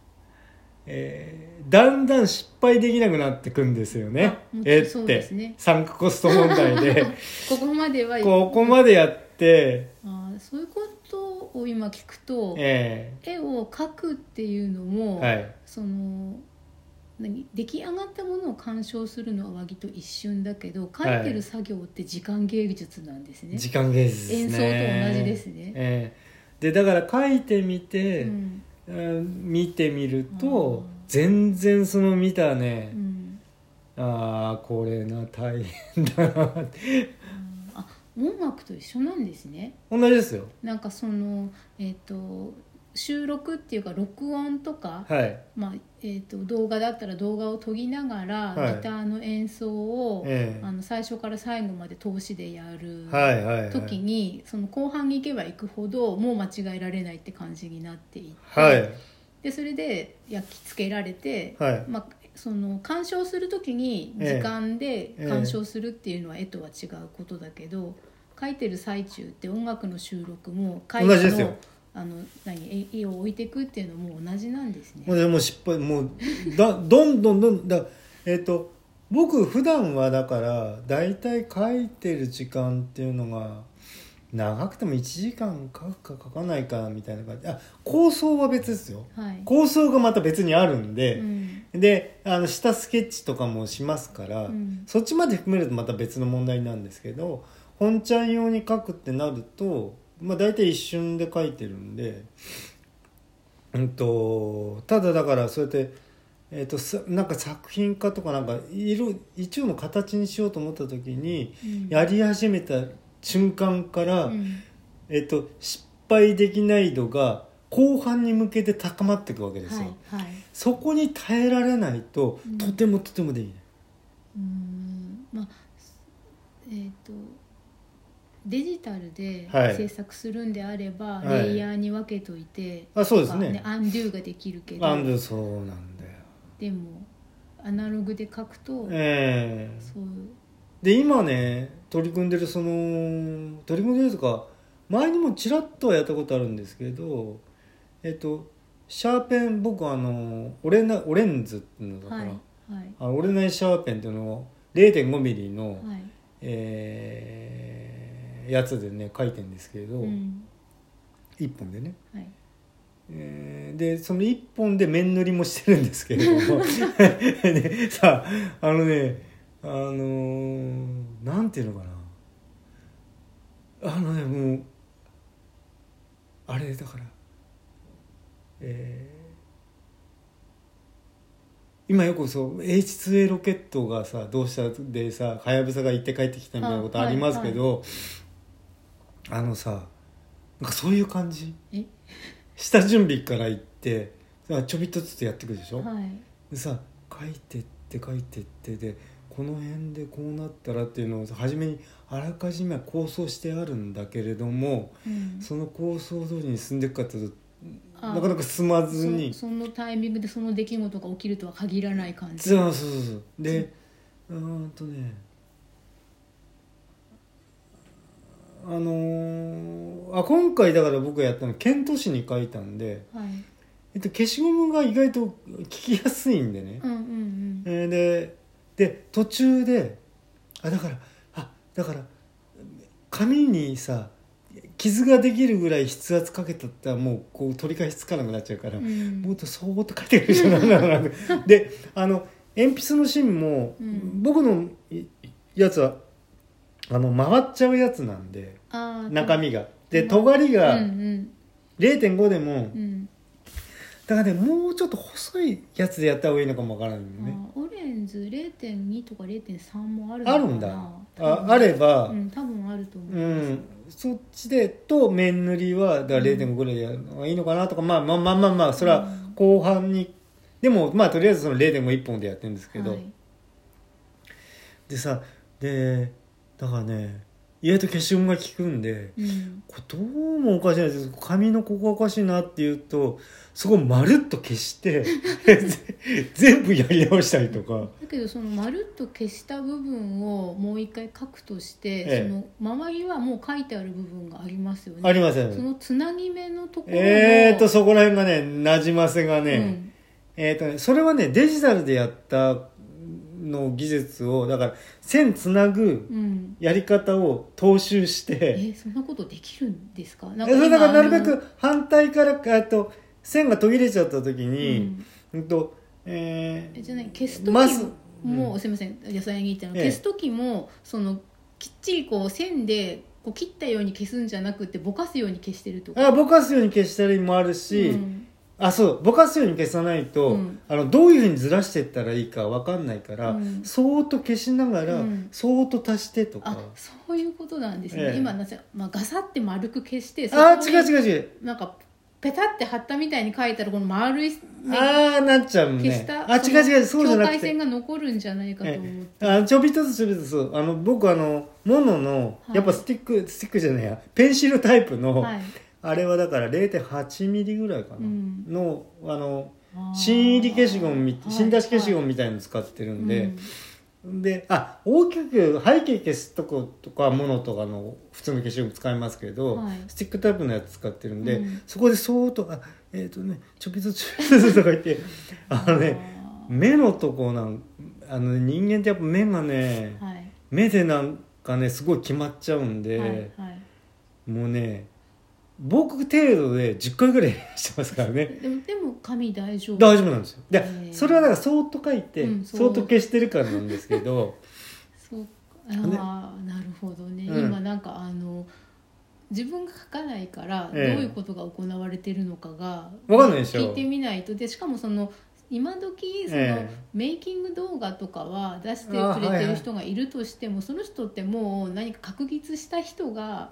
だんだん失敗できなくなってくんですよね、 そうですね、 サンクコスト問題でここまでやってそういうことを今聞くと、絵を描くっていうのも、その出来上がったものを鑑賞するのは割と一瞬だけど、描いてる作業って時間芸術なんですね、 時間芸術ですね、 演奏と同じですね、 でだから描いてみて、見てみると全然その見たね、これ大変だなって音楽と一緒なんですね。 同じですよ。 なんかその収録っていうか録音とか、 はい動画だったら動画を撮りながら、 はいギターの演奏を、最初から最後まで通しでやる時に、その後半に行けば行くほどもう間違えられないって感じになっていって、 はい、 でそれで焼き付けられて、 はい、 その鑑賞する時に時間で鑑賞するっていうのは絵とは違うことだけど、書いてる最中って音楽の収録も絵画の絵を置いていくっていうのも同じなんですね。 もう失敗もうどんどん僕普段はだからだいたい書いてる時間っていうのが長くても1時間書くか書かないかみたいな感じ。構想は別ですよ、はい、構想がまた別にあるんで、で下スケッチとかもしますから、そっちまで含めるとまた別の問題なんですけど、本ちゃん用に書くってなると大体一瞬で書いてるんで、ただだからそうやって、なんか作品化とかなんか一応の形にしようと思った時に、やり始めた瞬間から、失敗できない度が後半に向けて高まっていくわけですよ、はいはい、そこに耐えられないと、とてもできない。 デジタルで制作するんであれば、レイヤーに分けといて、 そうですね、 アンドゥができるけど、 そうなんだよ。 でもアナログで書くと、そうで今ね取り組んでるとか前にもちらっとはやったことあるんですけど、シャーペン、僕オレンズっていうのだから、はいはい、オレナイシャーペンっていうのを 0.5 ミリの、はい、やつでね書いてるんですけれど、1本でね、はい、でその1本で面塗りもしてるんですけれどもでさなんていうのかな、もうあれだから、今よくH2A ロケットがさどうしたでさはやぶさが行って帰ってきたみたいなことありますけど、はいはい、なんかそういう感じ、下準備から行ってちょびっとずつやっていくでしょ、はい、でさ書いてってでこの辺でこうなったらっていうのを初めにあらかじめ構想してあるんだけれども、その構想通りに進んでいくかというとなかなか進まずに、 そのタイミングでその出来事が起きるとは限らない感じ。 そうで今回だから僕がやったのケント紙に書いたんで、はい、消しゴムが意外と効きやすいんでね、で途中でだから紙にさ傷ができるぐらい筆圧かけたったらもうこう取り返しつかなくなっちゃうから、もっとそーっと書いてくるじゃないで鉛筆の芯も、僕のやつは回っちゃうやつなんで、中身がで尖りが 0.5 でも、だからねもうちょっと細いやつでやった方がいいのかもわからないよね。 オレンズ 0.2 とか 0.3 もあるのかな。あるんだ。あれば、 多分あると思います、 そっちでと面塗りはだから 0.5 ぐらいやるのがいいのかなとか、まあそれは後半に、でもとりあえずその 0.5 本でやってるんですけど、はい、でだからね意外と消しゴムが効くんで、これどうもおかしいなです、紙のここおかしいなっていうとそこをまるっと消して全部やり直したりとか。 だけどそのまるっと消した部分をもう一回書くとして、その周りはもう書いてある部分がありますよね。 ありますよね。 そのつなぎ目のところのそこら辺がねなじませがね、それはねデジタルでやったの技術をだから線つなぐやり方を踏襲して、 そんなことできるんですか。 だからなるべく反対から線が途切れちゃった時に、じゃない消す時も、すいません野菜に言ったの、消す時もそのきっちりこう線でこう切ったように消すんじゃなくてぼかすように消してるとか。 ぼかすように消したりもあるし、そうぼかすように消さないと、どういうふうにずらしていったらいいか分かんないから、そーっと消しながら、そーっと足してとか。 そういうことなんですね。今ガサって丸く消して、 違うなんかペタって貼ったみたいに書いたらこの丸い、ね、 なっちゃうもんね。違うそうじゃなくて境界線が残るんじゃないかと思って、 ちょびっとずつそう僕モノの、やっぱスティックじゃないやペンシルタイプの、あれはだから 0.8 ミリぐらいかな、の新入り消しゴム新出し消しゴムみたいの使ってるんで、で大きく背景消すとことかモノとかの普通の消しゴム使いますけど、スティックタイプのやつ使ってるんで、そこでそーっとちょびずつとか言って目のとこ人間ってやっぱ目がね、目でなんかねすごい決まっちゃうんで、もうね僕程度で10回ぐらいしてますからね。 でも紙大丈夫なんですよ。でそれはだからそーっと書いて、そーっと消してるからなんですけどそうなるほどね、今なんか自分が書かないからどういうことが行われてるのかが分かんないでしょ。 聞いてみないと。でしかも今時メイキング動画とかは出してくれてる人がいるとしても、その人ってもう何か確立した人が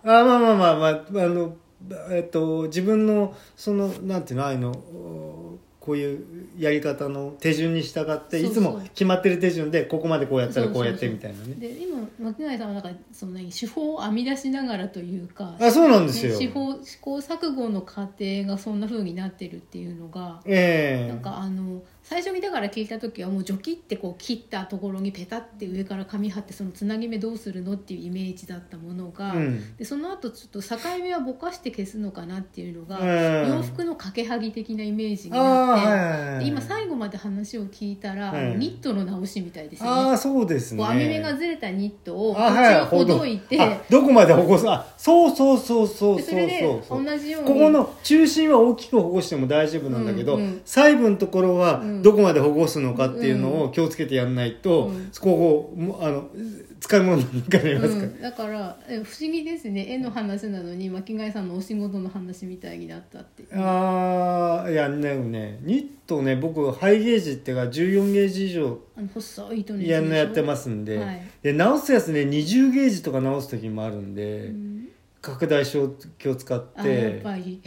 自分のなんていうのこういうやり方の手順に従っていつも決まってる手順でここまでこうやったらこうやってみたいなね。 で今牧貝さんはなんか手法を編み出しながらというか、 そうなんですよ、 試行錯誤の過程がそんな風になってるっていうのが、なんか最初見たから聞いた時はもうジョキってこう切ったところにペタって上から紙貼ってそのつなぎ目どうするのっていうイメージだったものが、でその後ちょっと境目はぼかして消すのかなっていうのが、洋服の掛けはぎ的なイメージになって、今最後まで話を聞いたら、ニットの直しみたいですよね。 そうですね。 網目がずれたニットをほどいて、 どこまで保護するそうそれで同じようにここの中心は大きく保護しても大丈夫なんだけど、細部のところはどこまで保護すのかっていうのを気をつけてやんないと、ここ使い物になりますから、 だから不思議ですね。絵の話なのに牧貝さんのお仕事の話みたいになったって。 いやねニットね、僕ハイゲージっていうか14ゲージ以上細い糸のやってますんで、で直すやつね20ゲージとか直す時もあるんで、拡大鏡を使ってやっぱり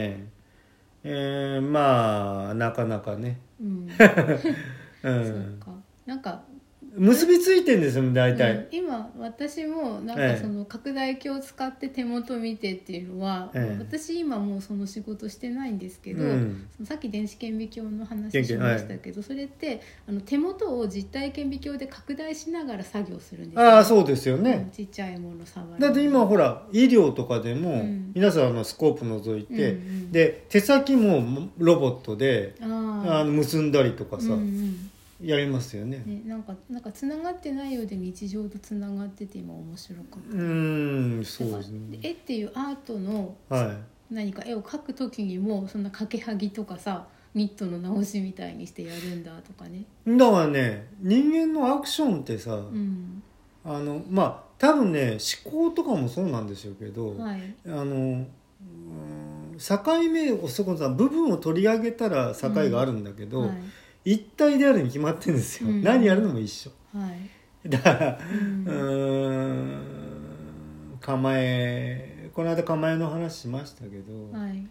まあなかなかね、 そうか、なんか結びついてんですよ大体、 今私もなんかその拡大鏡を使って手元見てっていうのは、私今もうその仕事してないんですけど、さっき電子顕微鏡の話しましたけど、それって手元を実体顕微鏡で拡大しながら作業するんですよ、ね。 そうですよね、 ちっちゃいもの触る。 だって今ほら医療とかでも、皆さんスコープ覗いて、で手先もロボットで結んだりとかさ、やりますよね。 なんかつながってないようで日常とつながってて今面白かった。 そうですね。 絵っていうアートの、何か絵を描く時にもそんな掛けはぎとかさ、ニットの直しみたいにしてやるんだとかね。 だからね、人間のアクションってさ、多分ね思考とかもそうなんでしょうけど、境目を部分を取り上げたら境があるんだけど、一体であるに決まってるんですよ、何やるのも一緒、だから構え、この間構えの話しましたけど、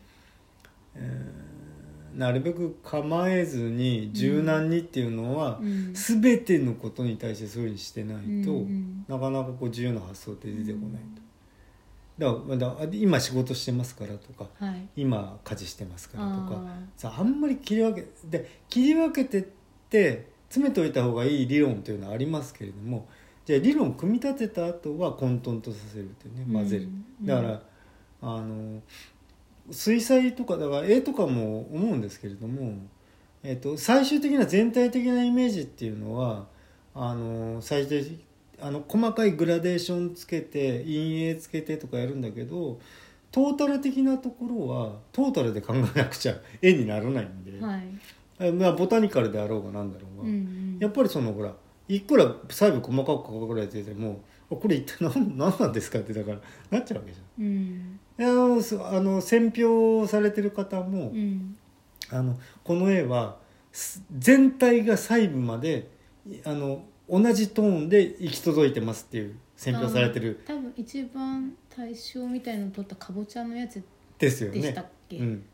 なるべく構えずに柔軟にっていうのは、全てのことに対してそういうふうにしてないと、なかなかこう自由な発想って出てこないと。だから今仕事してますからとか、今家事してますからとか、あんまり切り分けてって詰めておいた方がいい理論というのはありますけれども、じゃあ理論を組み立てた後は混沌とさせるってね、混ぜる、だから水彩とかだから絵とかも思うんですけれども、最終的な全体的なイメージっていうのは最終的に細かいグラデーションつけて陰影つけてとかやるんだけど、トータル的なところはトータルで考えなくちゃ絵にならないんで、ボタニカルであろうがなんだろうが、やっぱりほらいくら細部細かく書かれてても、これ一体何なんですかってだからなっちゃうわけじゃん。選評されてる方も、この絵は全体が細部まで同じトーンで行き届いてますっていう選評されてる。 多分一番大賞みたいなの取ったかぼちゃのやつですよね。 でしたっけ、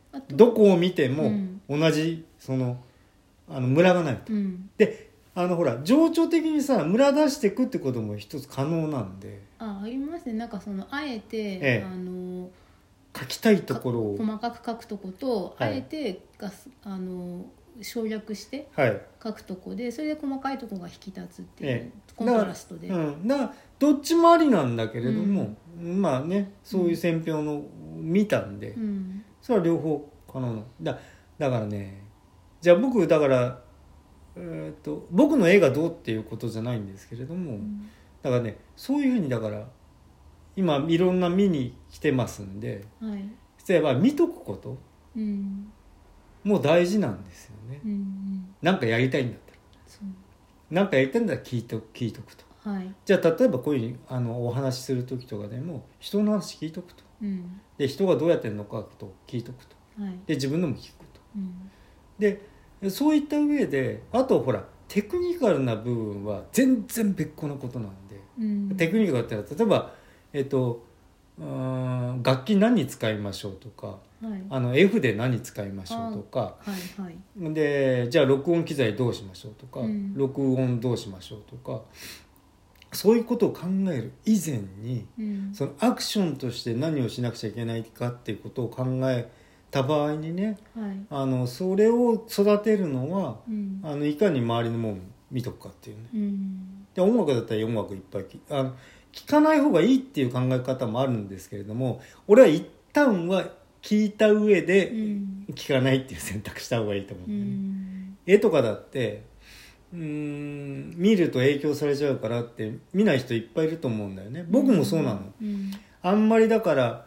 どこを見ても同じムラがないと、でほら情緒的にさムラ出していくってことも一つ可能なんで、 ありますね。なんかあえて、 書きたいところを細かく書くとこと、あえて省略して書くとこで、それで細かいところが引き立つっていう、コントラストで、 だからどっちもありなんだけれども、まあねそういう選評の見たんで、それは両方可能だからね、じゃあ僕だから僕の絵がどうっていうことじゃないんですけれども、だからねそういうふうにだから今いろんな見に来てますんで、例えば見とくこと、もう大事なんですよね、なんかやりたいんだったら、なんかやりたいんだったら聞いとくと、じゃあ例えばこういうふうにお話しする時とかでも人の話聞いとくと、で人がどうやってるのかと聞いとくと、で自分のも聞くと、でそういった上であとほらテクニカルな部分は全然別個のことなんで、テクニカルってのは例えば楽器何使いましょうとか、F で何使いましょうとか、でじゃあ録音機材どうしましょうとか、録音どうしましょうとか、そういうことを考える以前に、そのアクションとして何をしなくちゃいけないかっていうことを考えた場合にね、それを育てるのは、いかに周りのものを見とくかっていうね、で音楽だったら音楽いっぱい聴かない方がいいっていう考え方もあるんですけれども、俺は一旦は聞いた上で聴かないっていう選択した方がいいと思う、絵とかだって見ると影響されちゃうからって見ない人いっぱいいると思うんだよね。僕もそうなの、あんまりだから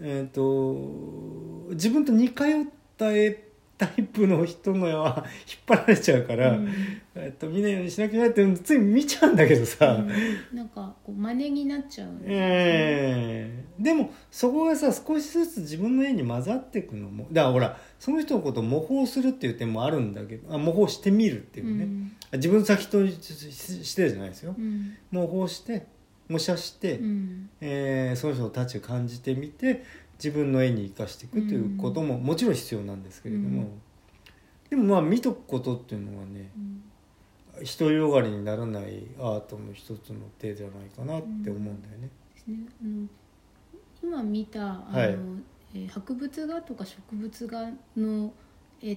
自分と似通ったタイプの人の絵は引っ張られちゃうから、見ないようにしなきゃいけないってつい見ちゃうんだけどさ、 なんかこう真似になっちゃうんですね、でもそこがさ少しずつ自分の絵に混ざっていくのも、だからほらその人のことを模倣するっていう点もあるんだけど、模倣してみるっていうね、自分先としてじゃないですよ、模倣して模写して、その人のタッチを感じてみて自分の絵に生かしていくということももちろん必要なんですけれども、でもまあ見とくことっていうのはね、独りよがりにならないアートの一つの手じゃないかなって思うんだよね。 今見た博物画とか植物画の絵って、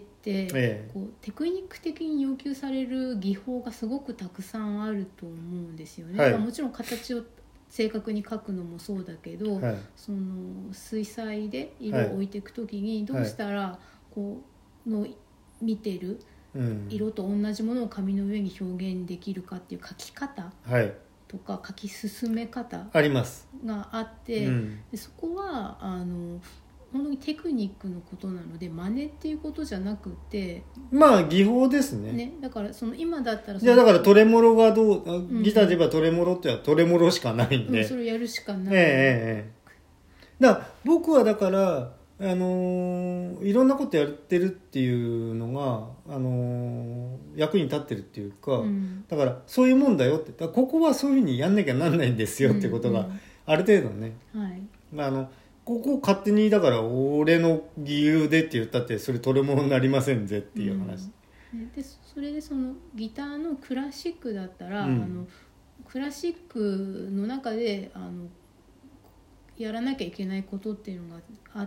こうテクニック的に要求される技法がすごくたくさんあると思うんですよね、もちろん形を正確に描くのもそうだけど、その水彩で色を置いていくときにどうしたらこうの見てる色と同じものを紙の上に表現できるかっていう描き方とか描き進め方があって、でそこは本当にテクニックのことなので真似っていうことじゃなくて、 まあ技法ですね。 だから今だったらだからトレモロがどう、ギターで言えばトレモロってのはトレモロしかないんで、 それをやるしかない、 だから僕はだからいろんなことやってるっていうのが、役に立ってるっていうか、だからそういうもんだよって、ここはそういうふうにやんなきゃなんないんですよっていうことがある程度ね、ここ勝手にだから俺の理由でって言ったってそれ取れ物になりませんぜっていう話、 でそれでそのギターのクラシックだったら、クラシックの中でやらなきゃいけないことっていうのがあって、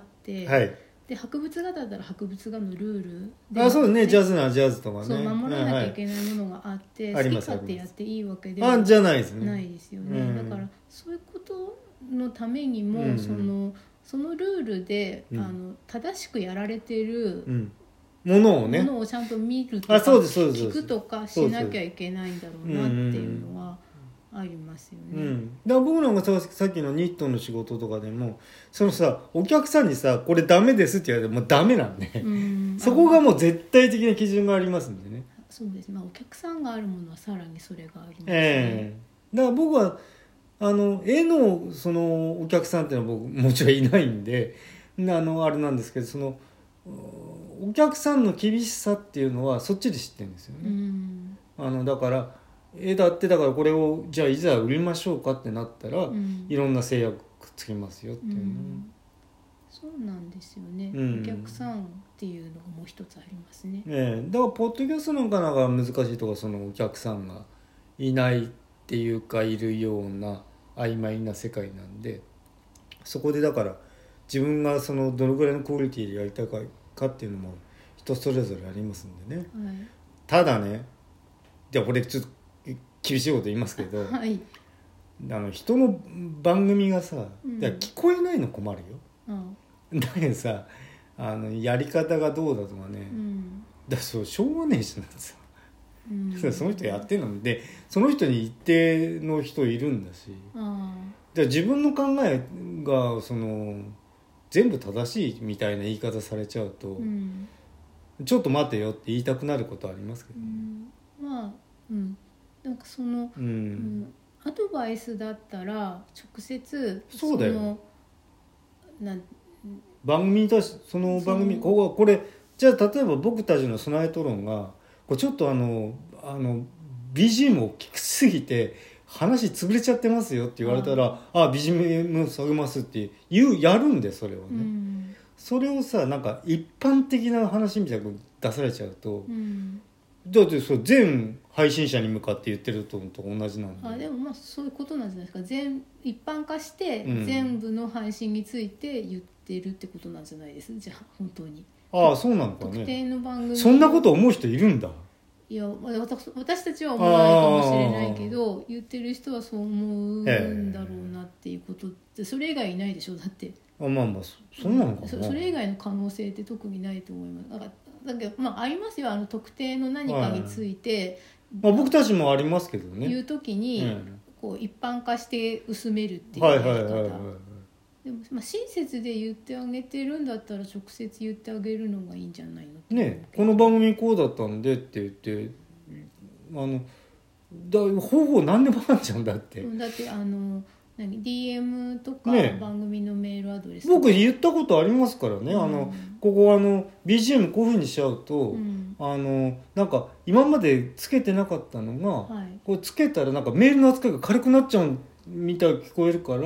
で博物画だったら博物画のルールで、 そうね、ジャズなジャズとかね、 そう守らなきゃいけないものがあって、好き勝手やっていいわけではじゃないですね。 ないですよね、だからそういうことのためにも、そのルールで、正しくやられてるものをちゃんと見るとか聞くとかしなきゃいけないんだろうなっていうのはありますよね。 だから僕なんかさっきのニットの仕事とかでもそのさお客さんにさこれダメですって言われてもダメなんで、そこがもう絶対的な基準がありますんでね。 そうですね、お客さんがあるものはさらにそれがありますね。 だから僕は絵のそのお客さんっていうのは僕もちろんいないんであれなんですけど、そのお客さんの厳しさっていうのはそっちで知ってるんですよね。だから絵だってだからこれをじゃあいざ売りましょうかってなったら、いろんな制約くっつきますよっていう、 そそうなんですよね、お客さんっていうのがもう一つありますね。 だからポッドキャストなんかが難しいとか、そのお客さんがいないっていうかいるような曖昧な世界なんで、そこでだから自分がそのどのぐらいのクオリティでやりたいかっていうのも人それぞれありますんでね、はい、ただね、じゃあこれちょっと厳しいこと言いますけど、はい、人の番組がさ、聞こえないの困るよ、だけどさやり方がどうだとかね、だそうしょうがねえしなんですよ、その人やってんので、その人に一定の人いるんだし、で自分の考えがその全部正しいみたいな言い方されちゃうと、ちょっと待てよって言いたくなることはありますけどね、 まあ、なんかその、アドバイスだったら直接そうだよ、番組に対してその番組これじゃあ例えば僕たちのスナイト論がこれちょっとBGM を聞きすぎて話潰れちゃってますよって言われたら、BGM 下げますってやるんで、それをね、それをさなんか一般的な話みたいなの出されちゃうと、だってそれ全配信者に向かって言ってると同じなんで、 でもまあそういうことなんじゃないですか。一般化して全部の配信について言ってるってことなんじゃないです、じゃあ本当に。 そうなのかね。 特定の番組そんなこと思う人いるんだ。 いや私たちは思わないかもしれないけど、言ってる人はそう思うんだろうなっていうことって、それ以外いないでしょ、だって。 まあそうなのかな、 それ以外の可能性って特にないと思います。だけどありますよ、特定の何かについて、 僕たちもありますけどね、 言うときに、こう一般化して薄めるっていうやり方、でも親切で言ってあげてるんだったら直接言ってあげるのがいいんじゃないのね。この番組こうだったんでって言って方法何でもあるじゃん。だって DM とか番組のメールアドレス、 僕言ったことありますからね、ここBGM こういう風にしちゃうと、なんか今までつけてなかったのが、こうつけたらなんかメールの扱いが軽くなっちゃうみたいに聞こえるから、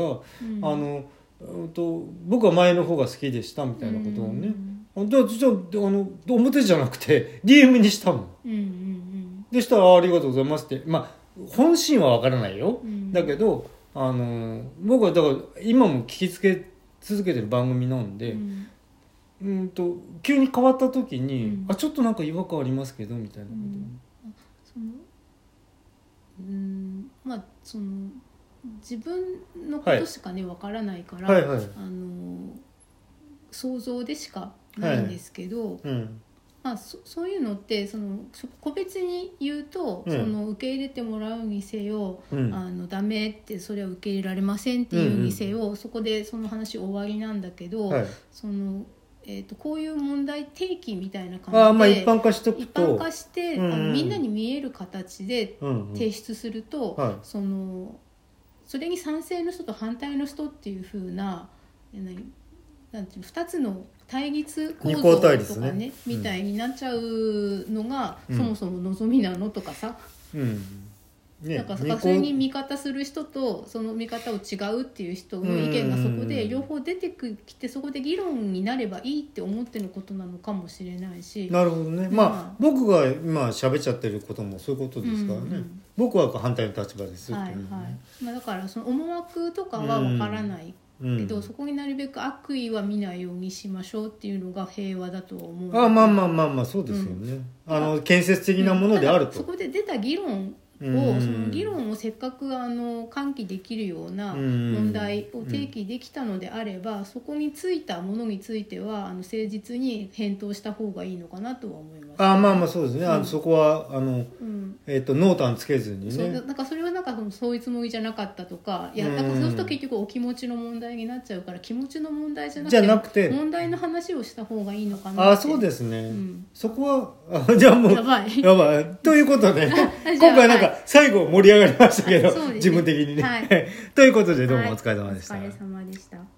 僕は前の方が好きでしたみたいなことをね、じゃあ表じゃなくて DM にしたもん、でしたらありがとうございますって、本心は分からないよ、だけど僕はだから今も聞きつけ続けてる番組なんで、急に変わった時に、ちょっとなんか違和感ありますけどみたいなこと、 その自分のことしかね分からないから、想像でしかないんですけど、そういうのって個別に言うと、その受け入れてもらうにせよ、ダメってそれは受け入れられませんっていうにせよ、そこでその話終わりなんだけど、こういう問題提起みたいな感じで一般化しとくと、 一般化して、みんなに見える形で提出すると、それに賛成の人と反対の人っていう風ななんていう2つの対立構造とかねみたいになっちゃうのが、そもそも望みなのとかさ、なんかそれに味方する人とその見方を違うっていう人の意見がそこで両方出てきて、そこで議論になればいいって思ってることなのかもしれないし。 なるほどね。僕が今喋っちゃってることもそういうことですからね、僕は反対の立場ですっていう、 だからその思惑とかは分からないけど、そこになるべく悪意は見ないようにしましょうっていうのが平和だと思う。 そうですよね、建設的なものであると、 そこで出た議論その議論をせっかく喚起できるような問題を提起できたのであれば、そこについたものについては誠実に返答した方がいいのかなとは思います。 そうですね、そこは濃淡つけずにね。 なんかそれはなんかそういうつもりじゃなかったとか、だからそうすると結局お気持ちの問題になっちゃうから、気持ちの問題じゃなくて問題の話をした方がいいのかなって。 そうですね、そこはじゃあもうやばいということで今回なんか最後盛り上がりましたけど、自分的にね、ということでどうもお疲れ様でした。 お疲れ様でした。